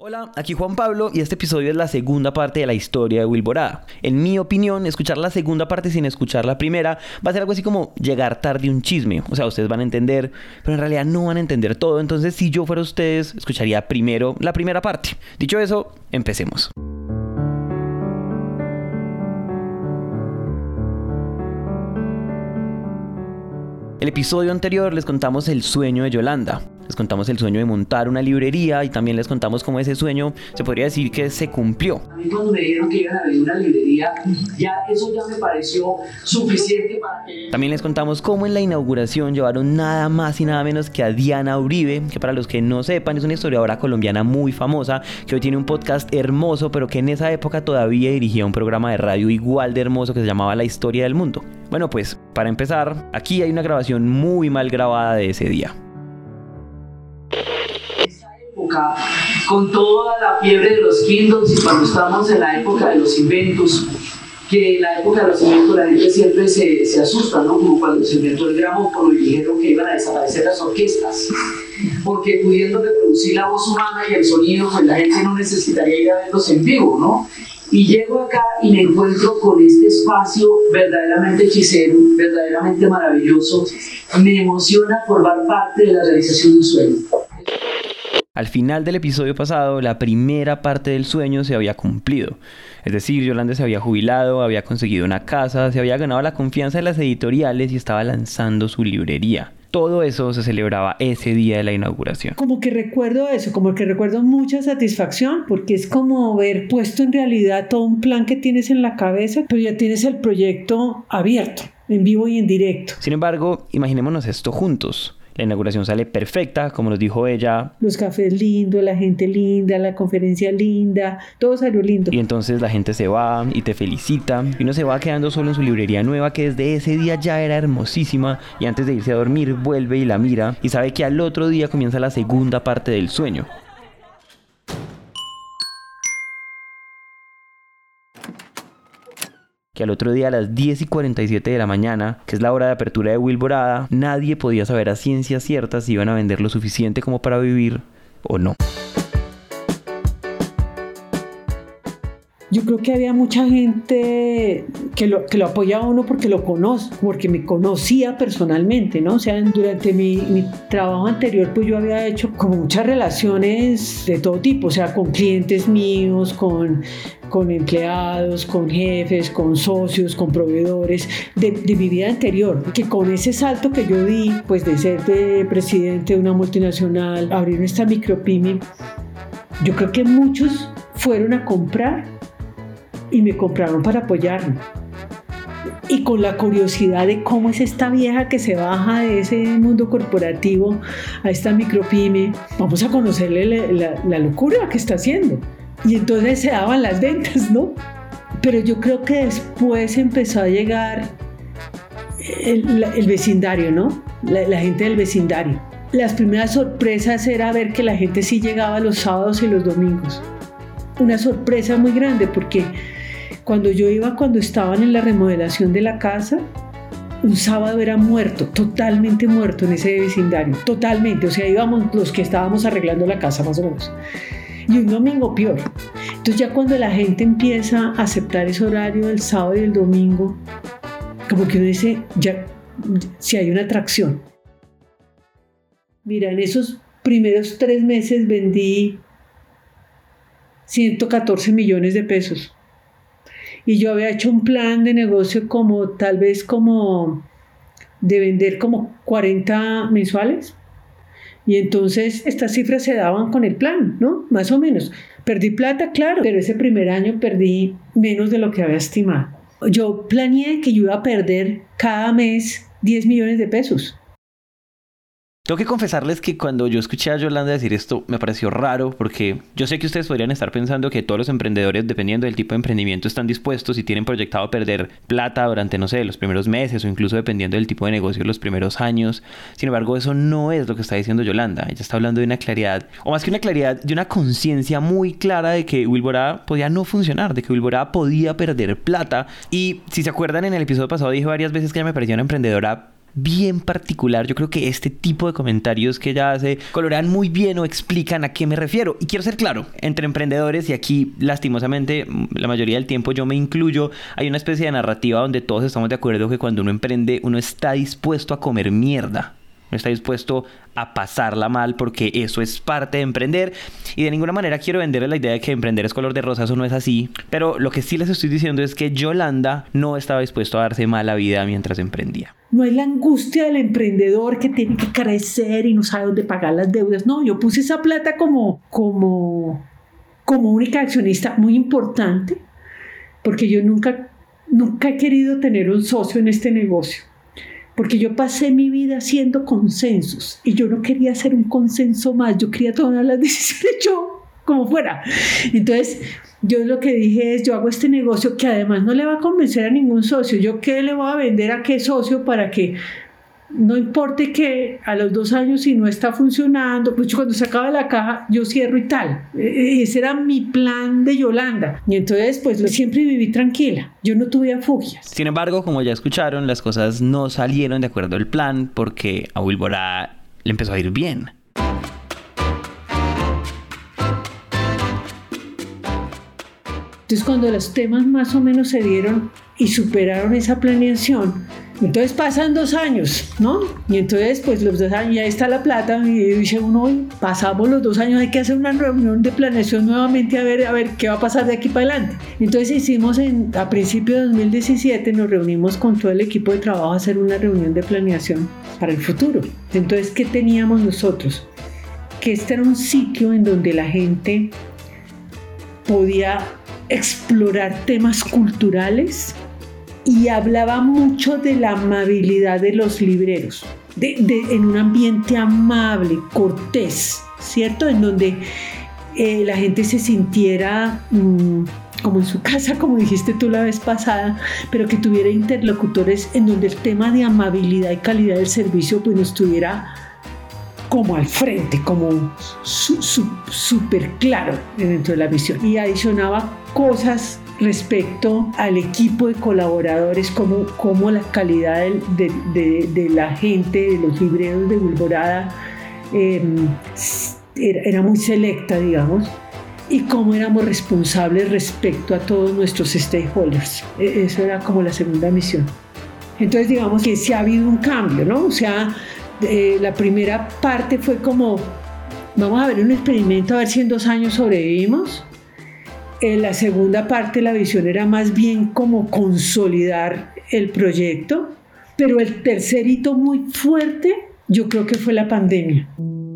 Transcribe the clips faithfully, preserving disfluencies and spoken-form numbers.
Hola, aquí Juan Pablo y este episodio es la segunda parte de la historia de Wilborada. En mi opinión, escuchar la segunda parte sin escuchar la primera va a ser algo así como llegar tarde a un chisme. O sea, ustedes van a entender, pero en realidad no van a entender todo. Entonces, si yo fuera ustedes, escucharía primero la primera parte. Dicho eso, empecemos. El episodio anterior les contamos el sueño de Yolanda. Les contamos el sueño de montar una librería y también les contamos cómo ese sueño se podría decir que se cumplió. A mí cuando me dijeron que iban a abrir una librería, ya eso ya me pareció suficiente para que... También les contamos cómo en la inauguración llevaron nada más y nada menos que a Diana Uribe, que para los que no sepan es una historiadora colombiana muy famosa, que hoy tiene un podcast hermoso, pero que en esa época todavía dirigía un programa de radio igual de hermoso que se llamaba La Historia del Mundo. Bueno, pues para empezar, aquí hay una grabación muy mal grabada de ese día. Con toda la fiebre de los Kindles y cuando estamos en la época de los inventos, que en la época de los inventos la gente siempre se, se asusta, ¿no? Como cuando se inventó el gramófono y dijeron que iban a desaparecer las orquestas, porque pudiendo reproducir la voz humana y el sonido, pues la gente no necesitaría ir a verlos en vivo, ¿no? Y llego acá y me encuentro con este espacio verdaderamente hechicero, verdaderamente maravilloso. Me emociona formar parte de la realización de un sueño. Al final del episodio pasado, la primera parte del sueño se había cumplido. Es decir, Yolanda se había jubilado, había conseguido una casa, se había ganado la confianza de las editoriales y estaba lanzando su librería. Todo eso se celebraba ese día de la inauguración. Como que recuerdo eso, como que recuerdo mucha satisfacción, porque es como ver puesto en realidad todo un plan que tienes en la cabeza, pero ya tienes el proyecto abierto, en vivo y en directo. Sin embargo, imaginémonos esto juntos. La inauguración sale perfecta, como nos dijo ella. Los cafés lindos, la gente linda, la conferencia linda, todo salió lindo. Y entonces la gente se va y te felicita. Y uno se va quedando solo en su librería nueva, que desde ese día ya era hermosísima. Y antes de irse a dormir, vuelve y la mira. Y sabe que al otro día comienza la segunda parte del sueño. Que al otro día a las diez y cuarenta y siete de la mañana, que es la hora de apertura de Wilborada, nadie podía saber a ciencia cierta si iban a vender lo suficiente como para vivir o no. Yo creo que había mucha gente que lo, que lo apoyaba a uno porque lo conoce, porque me conocía personalmente, ¿no? O sea, durante mi, mi trabajo anterior, pues yo había hecho como muchas relaciones de todo tipo, o sea, con clientes míos, con, con empleados, con jefes, con socios, con proveedores, de, de mi vida anterior, que con ese salto que yo di, pues de ser de presidente de una multinacional, abrir esta micropyme, yo creo que muchos fueron a comprar y me compraron para apoyarme. Y con la curiosidad de cómo es esta vieja que se baja de ese mundo corporativo a esta micropyme, vamos a conocerle la, la, la locura que está haciendo. Y entonces se daban las ventas, ¿no? Pero yo creo que después empezó a llegar el, el vecindario, ¿no? La, la gente del vecindario. Las primeras sorpresas era ver que la gente sí llegaba los sábados y los domingos. Una sorpresa muy grande porque cuando yo iba, cuando estaban en la remodelación de la casa, un sábado era muerto, totalmente muerto en ese vecindario, totalmente, o sea, íbamos los que estábamos arreglando la casa más o menos, y un domingo peor. Entonces ya cuando la gente empieza a aceptar ese horario del sábado y el domingo, como que uno dice, ya, si hay una atracción. Mira, en esos primeros tres meses vendí ciento catorce millones de pesos. Y yo había hecho un plan de negocio como tal vez como de vender como cuarenta mensuales. Y entonces estas cifras se daban con el plan, ¿no? Más o menos. Perdí plata, claro, pero ese primer año perdí menos de lo que había estimado. Yo planeé que yo iba a perder cada mes diez millones de pesos. Tengo que confesarles que cuando yo escuché a Yolanda decir esto me pareció raro, porque yo sé que ustedes podrían estar pensando que todos los emprendedores, dependiendo del tipo de emprendimiento, están dispuestos y tienen proyectado perder plata durante, no sé, los primeros meses o incluso dependiendo del tipo de negocio los primeros años. Sin embargo, eso no es lo que está diciendo Yolanda. Ella está hablando de una claridad, o más que una claridad, de una conciencia muy clara de que Wilborada podía no funcionar, de que Wilborada podía perder plata. Y si se acuerdan, en el episodio pasado dije varias veces que ella me parecía una emprendedora bien particular. Yo creo que este tipo de comentarios que ella hace colorean muy bien o explican a qué me refiero. Y quiero ser claro, entre emprendedores, y aquí lastimosamente la mayoría del tiempo yo me incluyo, hay una especie de narrativa donde todos estamos de acuerdo que cuando uno emprende, uno está dispuesto a comer mierda. No está dispuesto a pasarla mal porque eso es parte de emprender, y de ninguna manera quiero venderles la idea de que emprender es color de rosa. Eso no es así, pero lo que sí les estoy diciendo es que Yolanda no estaba dispuesto a darse mala vida mientras emprendía. No es la angustia del emprendedor que tiene que crecer y no sabe dónde pagar las deudas. No, yo puse esa plata como, como, como única accionista, muy importante, porque yo nunca, nunca he querido tener un socio en este negocio. Porque yo pasé mi vida haciendo consensos y yo no quería hacer un consenso más, yo quería tomar las decisiones yo como fuera. Entonces yo lo que dije es, yo hago este negocio que además no le va a convencer a ningún socio. ¿Yo qué le voy a vender a qué socio para que no importe que a los dos años si no está funcionando, pues yo cuando se acaba la caja yo cierro y tal? Ese era mi plan de Yolanda. Y entonces pues siempre viví tranquila, yo no tuve afugias. Sin embargo, como ya escucharon, las cosas no salieron de acuerdo al plan porque a Wilbora le empezó a ir bien. Entonces cuando los temas más o menos se dieron y superaron esa planeación, entonces pasan dos años, ¿no? Y entonces pues los dos años, ya está la plata, y dice uno, pasamos los dos años, hay que hacer una reunión de planeación nuevamente a ver, a ver qué va a pasar de aquí para adelante. Entonces hicimos en, a principios de dos mil diecisiete, nos reunimos con todo el equipo de trabajo a hacer una reunión de planeación para el futuro. Entonces, ¿qué teníamos nosotros? Que este era un sitio en donde la gente podía explorar temas culturales y hablaba mucho de la amabilidad de los libreros, de, de, en un ambiente amable, cortés, ¿cierto? En donde eh, la gente se sintiera mmm, como en su casa, como dijiste tú la vez pasada, pero que tuviera interlocutores en donde el tema de amabilidad y calidad del servicio pues no estuviera como al frente, como súper su, su, claro dentro de la visión. Y adicionaba cosas respecto al equipo de colaboradores, como, como la calidad de, de, de la gente, de los libreros de Wilborada eh, era, era muy selecta, digamos, y cómo éramos responsables respecto a todos nuestros stakeholders. Eso era como la segunda misión. Entonces digamos que sí ha habido un cambio, ¿no? O sea, eh, la primera parte fue como, vamos a ver un experimento, a ver si en dos años sobrevivimos. En la segunda parte la visión era más bien como consolidar el proyecto, pero el tercer hito muy fuerte yo creo que fue la pandemia.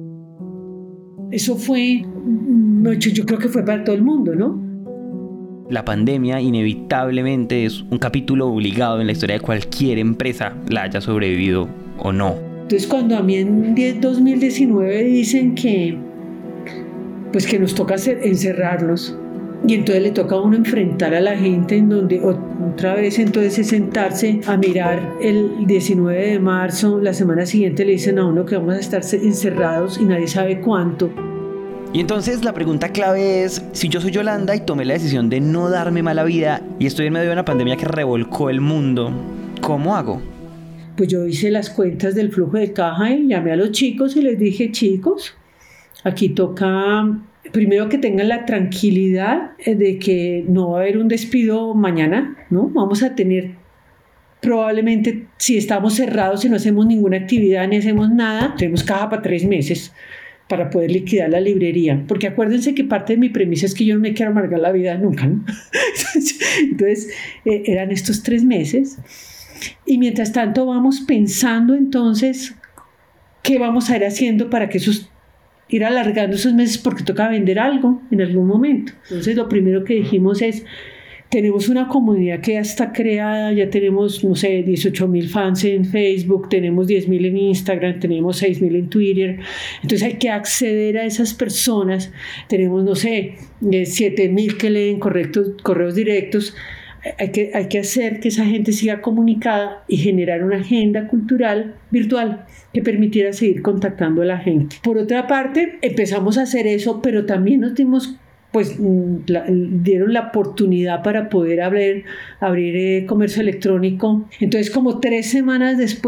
Eso fue, yo creo que fue para todo el mundo, ¿no? La pandemia inevitablemente es un capítulo obligado en la historia de cualquier empresa, la haya sobrevivido o no. Entonces cuando a mí en dos mil diecinueve dicen que, pues que nos toca encerrarlos, y entonces le toca a uno enfrentar a la gente, en donde otra vez entonces es sentarse a mirar el diecinueve de marzo, la semana siguiente le dicen a uno que vamos a estar encerrados y nadie sabe cuánto. Y entonces la pregunta clave es, si yo soy Yolanda y tomé la decisión de no darme mala vida y estoy en medio de una pandemia que revolcó el mundo, ¿cómo hago? Pues yo hice las cuentas del flujo de caja y llamé a los chicos y les dije, chicos, aquí toca... Primero que tengan la tranquilidad de que no va a haber un despido mañana, ¿no? Vamos a tener probablemente, si estamos cerrados y no hacemos ninguna actividad ni hacemos nada, tenemos caja para tres meses para poder liquidar la librería. Porque acuérdense que parte de mi premisa es que yo no me quiero amargar la vida nunca, ¿no? Entonces, eh, eran estos tres meses. Y mientras tanto vamos pensando entonces qué vamos a ir haciendo para que esos ir alargando esos meses, porque toca vender algo en algún momento. Entonces lo primero que dijimos es, tenemos una comunidad que ya está creada, ya tenemos, no sé, dieciocho mil fans en Facebook, tenemos diez mil en Instagram, tenemos seis mil en Twitter, entonces hay que acceder a esas personas, tenemos, no sé, siete mil que leen correctos, correos directos. Hay que, hay que hacer que esa gente siga comunicada y generar una agenda cultural virtual que permitiera seguir contactando a la gente. Por otra parte, empezamos a hacer eso, pero también nos dimos, pues, la, dieron la oportunidad para poder abrir, abrir eh, comercio electrónico. Entonces, como tres semanas después,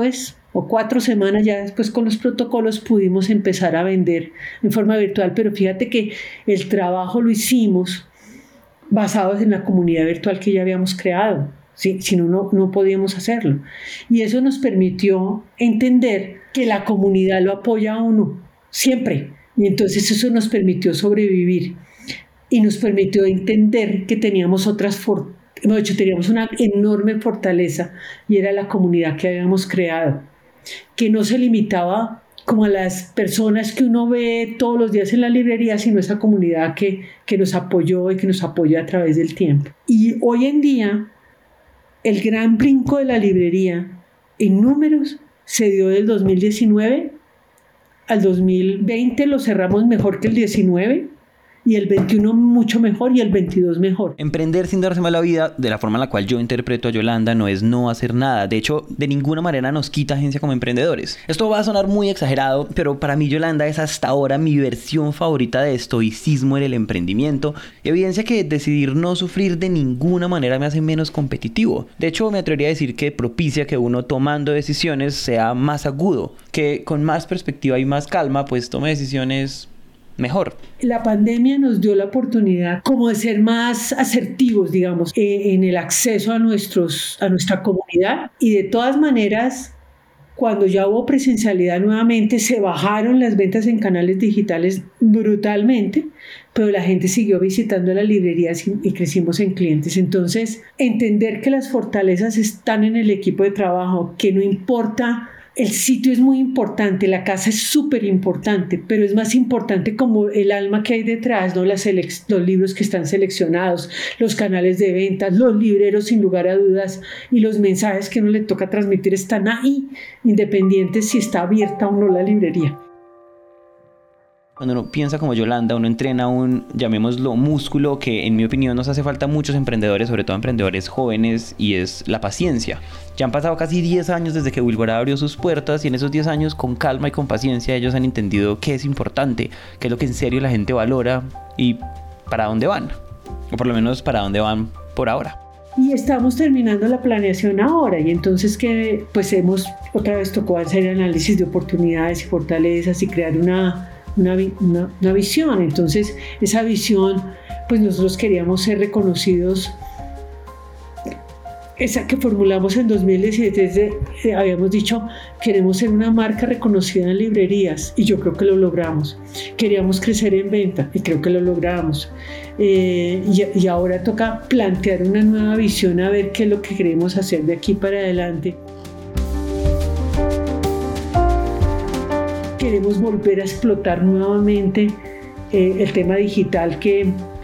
o cuatro semanas ya después con los protocolos pudimos empezar a vender en forma virtual, pero fíjate que el trabajo lo hicimos basados en la comunidad virtual que ya habíamos creado, ¿sí? Si no, no, no podíamos hacerlo. Y eso nos permitió entender que la comunidad lo apoya a uno, siempre. Y entonces eso nos permitió sobrevivir y nos permitió entender que teníamos otras fortalezas. De hecho, teníamos una enorme fortaleza y era la comunidad que habíamos creado, que no se limitaba como a las personas que uno ve todos los días en la librería, sino esa comunidad que, que nos apoyó y que nos apoya a través del tiempo. Y hoy en día, el gran brinco de la librería en números se dio del dos mil diecinueve al dos mil veinte, lo cerramos mejor que el diecinueve, y el veintiuno mucho mejor y el veintidós mejor. Emprender sin darse mala vida, de la forma en la cual yo interpreto a Yolanda, no es no hacer nada. De hecho, de ninguna manera nos quita agencia como emprendedores. Esto va a sonar muy exagerado, pero para mí Yolanda es hasta ahora mi versión favorita de estoicismo en el emprendimiento. Evidencia que decidir no sufrir de ninguna manera me hace menos competitivo. De hecho, me atrevería a decir que propicia que uno tomando decisiones sea más agudo, que con más perspectiva y más calma, pues tome decisiones mejor. La pandemia nos dio la oportunidad como de ser más asertivos, digamos, eh, en el acceso a, nuestros, a nuestra comunidad, y de todas maneras, cuando ya hubo presencialidad nuevamente, se bajaron las ventas en canales digitales brutalmente, pero la gente siguió visitando las librerías y, y crecimos en clientes. Entonces, entender que las fortalezas están en el equipo de trabajo, que no importa. El sitio es muy importante, la casa es súper importante, pero es más importante como el alma que hay detrás, ¿no? Las selec- los libros que están seleccionados, los canales de ventas, los libreros sin lugar a dudas, y los mensajes que uno le toca transmitir están ahí, independientes si está abierta o no la librería. Cuando uno piensa como Yolanda, uno entrena un, llamémoslo, músculo que en mi opinión nos hace falta a muchos emprendedores, sobre todo emprendedores jóvenes, y es la paciencia. Ya han pasado casi diez años desde que Wilbora abrió sus puertas, y en esos diez años, con calma y con paciencia, ellos han entendido qué es importante, qué es lo que en serio la gente valora y para dónde van, o por lo menos para dónde van por ahora. Y estamos terminando la planeación ahora, y entonces que pues hemos otra vez tocó hacer análisis de oportunidades y fortalezas y crear una Una, una, una visión. Entonces esa visión, pues nosotros queríamos ser reconocidos, esa que formulamos en dos mil diecisiete, eh, habíamos dicho queremos ser una marca reconocida en librerías, y yo creo que lo logramos. Queríamos crecer en venta y creo que lo logramos, eh, y, y ahora toca plantear una nueva visión, a ver qué es lo que queremos hacer de aquí para adelante. Queremos volver a explotar nuevamente eh, el tema digital que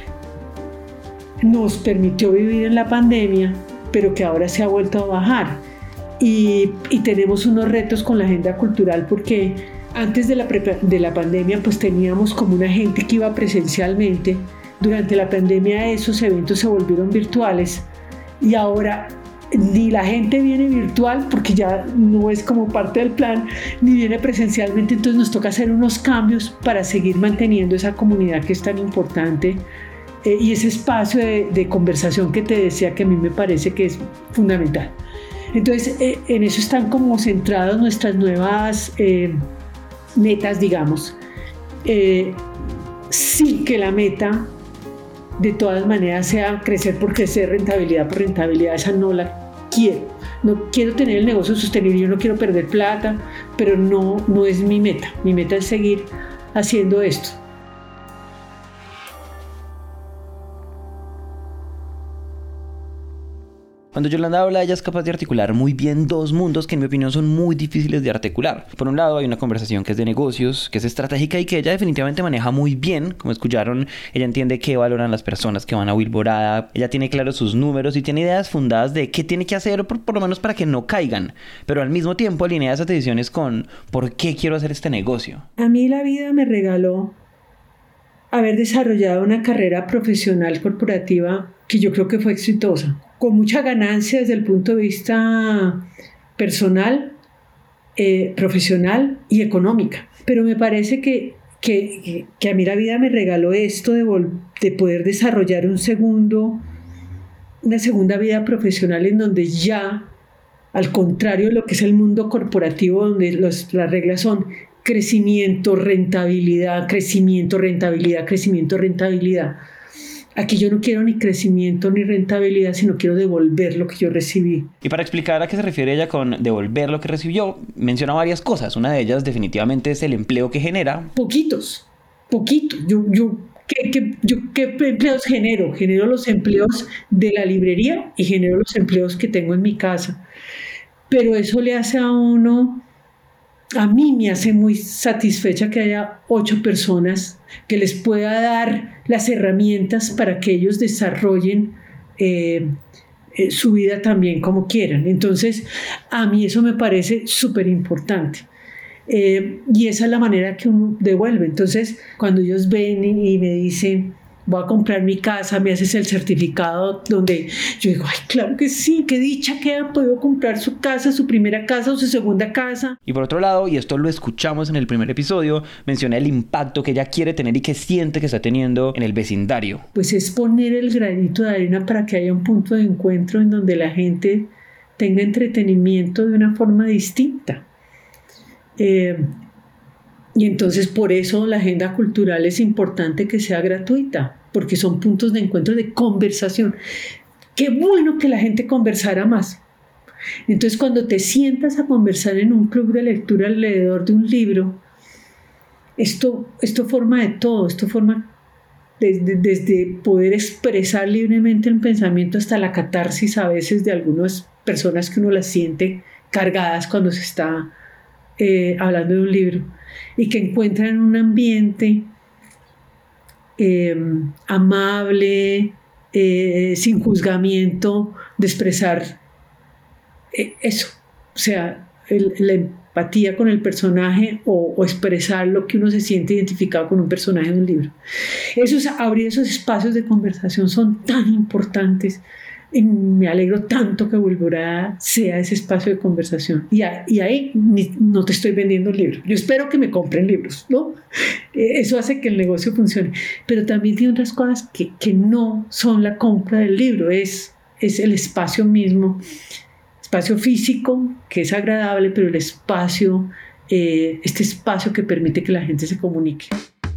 nos permitió vivir en la pandemia, pero que ahora se ha vuelto a bajar. Y, y tenemos unos retos con la agenda cultural, porque antes de la, pre- de la pandemia pues teníamos como una gente que iba presencialmente. Durante la pandemia esos eventos se volvieron virtuales, y ahora ni la gente viene virtual porque ya no es como parte del plan, ni viene presencialmente. Entonces nos toca hacer unos cambios para seguir manteniendo esa comunidad que es tan importante, eh, y ese espacio de, de conversación que te decía que a mí me parece que es fundamental. Entonces eh, en eso están como centradas nuestras nuevas eh, metas, digamos. Eh, sí que la meta de todas maneras sea crecer por crecer, rentabilidad por rentabilidad, esa no la quiero. No quiero tener el negocio sostenible, yo no quiero perder plata, pero no, no es mi meta. Mi meta es seguir haciendo esto. Cuando Yolanda habla, ella es capaz de articular muy bien dos mundos que en mi opinión son muy difíciles de articular. Por un lado hay una conversación que es de negocios, que es estratégica y que ella definitivamente maneja muy bien. Como escucharon, ella entiende qué valoran las personas que van a Wilborada, ella tiene claros sus números y tiene ideas fundadas de qué tiene que hacer, por, por lo menos para que no caigan. Pero al mismo tiempo alinea esas decisiones con ¿por qué quiero hacer este negocio? A mí la vida me regaló haber desarrollado una carrera profesional corporativa que yo creo que fue exitosa, con mucha ganancia desde el punto de vista personal, eh, profesional y económica. Pero me parece que, que, que a mí la vida me regaló esto de, vol- de poder desarrollar un segundo, una segunda vida profesional en donde ya al contrario de lo que es el mundo corporativo, donde los, las reglas son crecimiento, rentabilidad, crecimiento, rentabilidad, crecimiento, rentabilidad. Aquí yo no quiero ni crecimiento ni rentabilidad, sino quiero devolver lo que yo recibí. Y para explicar a qué se refiere ella con devolver lo que recibió, menciona varias cosas. Una de ellas definitivamente es el empleo que genera. Poquitos, poquitos. Yo, yo, ¿qué, qué, yo, ¿qué empleos genero? Genero los empleos de la librería y genero los empleos que tengo en mi casa. Pero eso le hace a uno... A mí me hace muy satisfecha que haya ocho personas que les pueda dar las herramientas para que ellos desarrollen eh, eh, su vida también como quieran. Entonces, a mí eso me parece súper importante. Eh, y esa es la manera que uno devuelve. Entonces, cuando ellos ven y, y me dicen, voy a comprar mi casa, me haces el certificado, donde yo digo, ay, claro que sí, qué dicha que haya podido comprar su casa, su primera casa o su segunda casa. Y por otro lado, y esto lo escuchamos en el primer episodio, menciona el impacto que ella quiere tener y que siente que está teniendo en el vecindario. Pues es poner el granito de arena para que haya un punto de encuentro en donde la gente tenga entretenimiento de una forma distinta. Eh, Y entonces por eso la agenda cultural es importante que sea gratuita, porque son puntos de encuentro de conversación. Qué bueno que la gente conversara más. Entonces cuando te sientas a conversar en un club de lectura alrededor de un libro, esto, esto forma de todo, esto forma desde, desde poder expresar libremente el pensamiento hasta la catarsis a veces de algunas personas que uno las siente cargadas cuando se está eh, hablando de un libro. Y que encuentran un ambiente eh, amable, eh, sin juzgamiento, de expresar eh, eso, o sea, el, la empatía con el personaje o, o expresar lo que uno se siente identificado con un personaje de un libro. Esos, abrir esos espacios de conversación son tan importantes. Y me alegro tanto que Wilburada sea ese espacio de conversación. Y, a, y ahí ni, no te estoy vendiendo el libro. Yo espero que me compren libros, ¿no? Eso hace que el negocio funcione. Pero también tiene otras cosas que, que no son la compra del libro. Es, es el espacio mismo, espacio físico, que es agradable, pero el espacio, eh, este espacio que permite que la gente se comunique.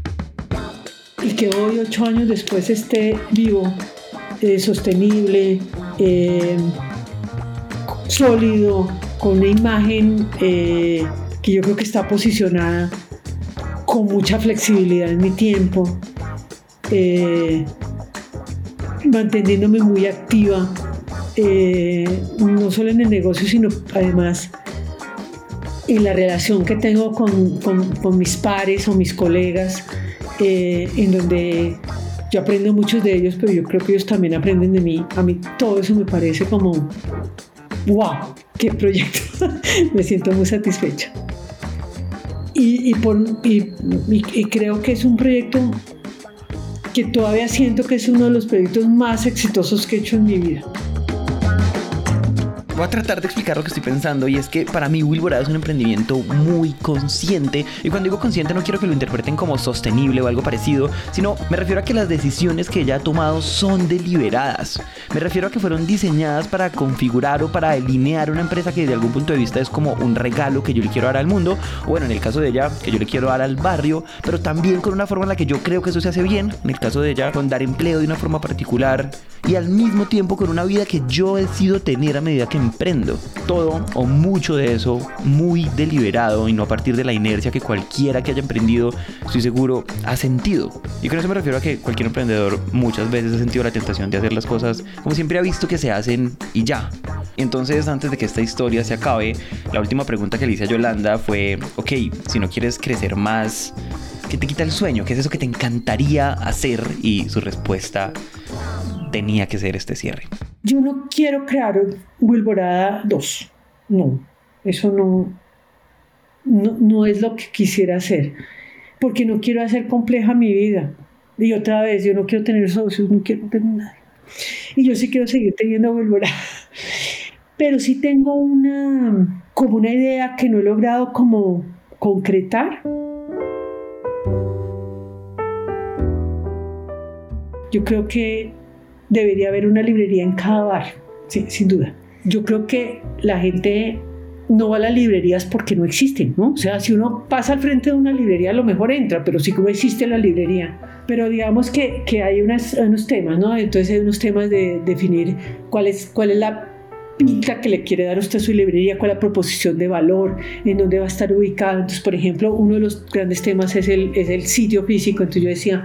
Y que hoy, ocho años después, esté vivo. Eh, sostenible, eh, sólido, con una imagen eh, que yo creo que está posicionada con mucha flexibilidad en mi tiempo, eh, manteniéndome muy activa, eh, no solo en el negocio, sino además en la relación que tengo con, con, con mis pares o mis colegas, eh, en donde yo aprendo muchos de ellos, pero yo creo que ellos también aprenden de mí. A mí todo eso me parece como, wow, qué proyecto. Me siento muy satisfecha. Y, y, por, y, y, y creo que es un proyecto que todavía siento que es uno de los proyectos más exitosos que he hecho en mi vida. Voy a tratar de explicar lo que estoy pensando, y es que para mí Wilburada es un emprendimiento muy consciente, y cuando digo consciente no quiero que lo interpreten como sostenible o algo parecido, sino me refiero a que las decisiones que ella ha tomado son deliberadas. Me refiero a que fueron diseñadas para configurar o para alinear una empresa que desde algún punto de vista es como un regalo que yo le quiero dar al mundo, o bueno, en el caso de ella, que yo le quiero dar al barrio, pero también con una forma en la que yo creo que eso se hace bien, en el caso de ella, con dar empleo de una forma particular, y al mismo tiempo con una vida que yo decido tener a medida que emprendo. Todo o mucho de eso muy deliberado y no a partir de la inercia que cualquiera que haya emprendido, estoy seguro, ha sentido. Y con eso me refiero a que cualquier emprendedor muchas veces ha sentido la tentación de hacer las cosas como siempre ha visto que se hacen y ya. Entonces, antes de que esta historia se acabe, la última pregunta que le hice a Yolanda fue, ok, si no quieres crecer más, ¿qué te quita el sueño? ¿Qué es eso que te encantaría hacer? Y su respuesta tenía que ser este cierre. Yo no quiero crear Wilburada dos. No, eso no, no, no es lo que quisiera hacer. Porque no quiero hacer compleja mi vida. Y otra vez, yo no quiero tener socios, no quiero tener nada. Y yo sí quiero seguir teniendo Wilburada. Pero sí tengo una, como una idea que no he logrado como concretar. Yo creo que debería haber una librería en cada barrio, sí, sin duda. yo creo que la gente no va a las librerías porque no existen, ¿no? O sea, si uno pasa al frente de una librería, a lo mejor entra, pero sí que no existe la librería. Pero digamos que, que hay unas, unos temas, ¿no? Entonces hay unos temas de definir cuál es, cuál es la pinta que le quiere dar usted a su librería, cuál es la proposición de valor, en dónde va a estar ubicado. Entonces, por ejemplo, uno de los grandes temas es el, es el sitio físico. Entonces yo decía,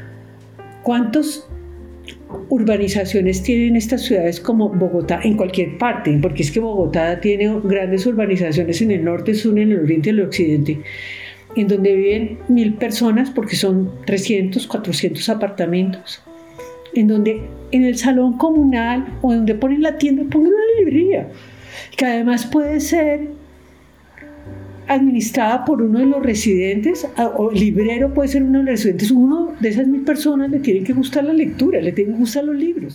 ¿cuántos urbanizaciones tienen estas ciudades como Bogotá en cualquier parte? Porque es que Bogotá tiene grandes urbanizaciones en el norte, sur, en el oriente y el occidente, en donde viven mil personas porque son trescientos, cuatrocientos apartamentos, en donde en el salón comunal o donde ponen la tienda pongan una librería, que además puede ser administrada por uno de los residentes, o el librero puede ser uno de los residentes. Uno de esas mil personas le tiene que gustar la lectura, le tienen que gustar los libros.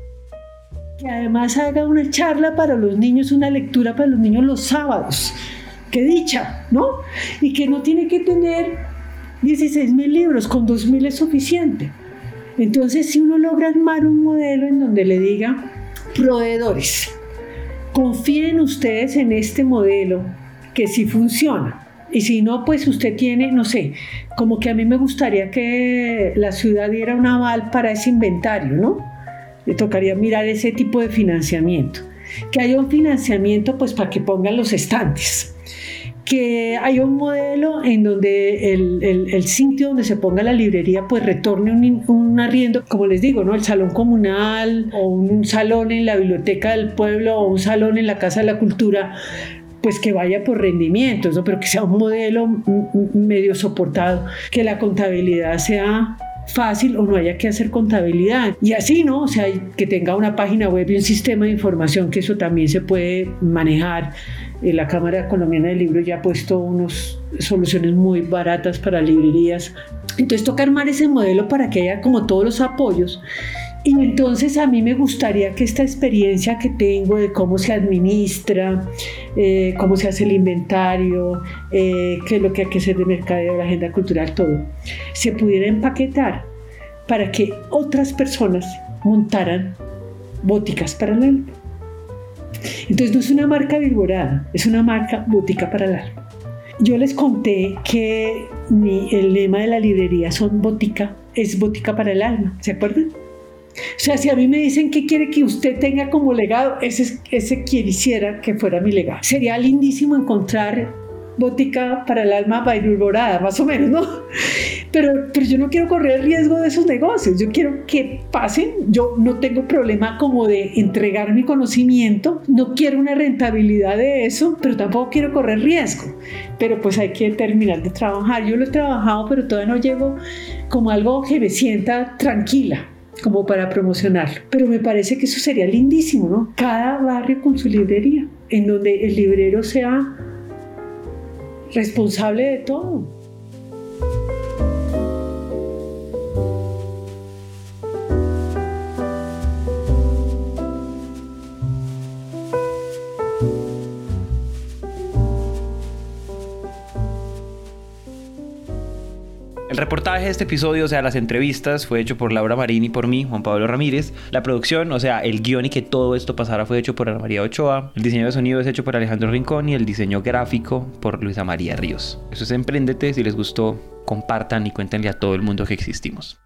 Que además haga una charla para los niños, una lectura para los niños los sábados. ¡Qué dicha!, ¿no? Y que no tiene que tener dieciséis mil libros, con dos mil es suficiente. Entonces, si uno logra armar un modelo en donde le diga, proveedores, confíen ustedes en este modelo, que sí funciona, y si no, pues usted tiene, no sé, como que a mí me gustaría que la ciudad diera un aval para ese inventario, ¿no? Le tocaría mirar ese tipo de financiamiento, que haya un financiamiento pues para que pongan los estantes, que haya un modelo en donde el, el, el sitio donde se ponga la librería pues retorne un, un arriendo, como les digo, ¿no? El salón comunal o un salón en la biblioteca del pueblo o un salón en la Casa de la Cultura, pues que vaya por rendimientos, ¿no? Pero que sea un modelo medio soportado, que la contabilidad sea fácil o no haya que hacer contabilidad. Y así, ¿no? O sea, que tenga una página web y un sistema de información, que eso también se puede manejar. La Cámara Colombiana del Libro ya ha puesto unas soluciones muy baratas para librerías. Entonces toca armar ese modelo para que haya como todos los apoyos. Y entonces a mí me gustaría que esta experiencia que tengo de cómo se administra, eh, cómo se hace el inventario, eh, qué es lo que hay que hacer de mercadeo, la agenda cultural, todo, se pudiera empaquetar para que otras personas montaran boticas para el alma. Entonces no es una marca Virborada, es una marca Botica para el alma. Yo les conté que mi, el lema de la librería son botica, es Botica para el alma, ¿se acuerdan? O sea, si a mí me dicen qué quiere que usted tenga como legado, ese, ese quisiera que fuera mi legado. Sería lindísimo encontrar Botica para el alma by Virborada, más o menos, ¿no? Pero, pero yo no quiero correr el riesgo de esos negocios, yo quiero que pasen. Yo no tengo problema como de entregar mi conocimiento, no quiero una rentabilidad de eso, pero tampoco quiero correr riesgo. Pero pues hay que terminar de trabajar. Yo lo he trabajado, pero todavía no llego como algo que me sienta tranquila como para promocionarlo, pero me parece que eso sería lindísimo, ¿no? Cada barrio con su librería, en donde el librero sea responsable de todo. El reportaje de este episodio, o sea, las entrevistas, fue hecho por Laura Marín y por mí, Juan Pablo Ramírez. La producción, o sea, el guión y que todo esto pasara fue hecho por Ana María Ochoa. El diseño de sonido es hecho por Alejandro Rincón y el diseño gráfico por Luisa María Ríos. Eso es Emprendete. Si les gustó, compartan y cuéntenle a todo el mundo que existimos.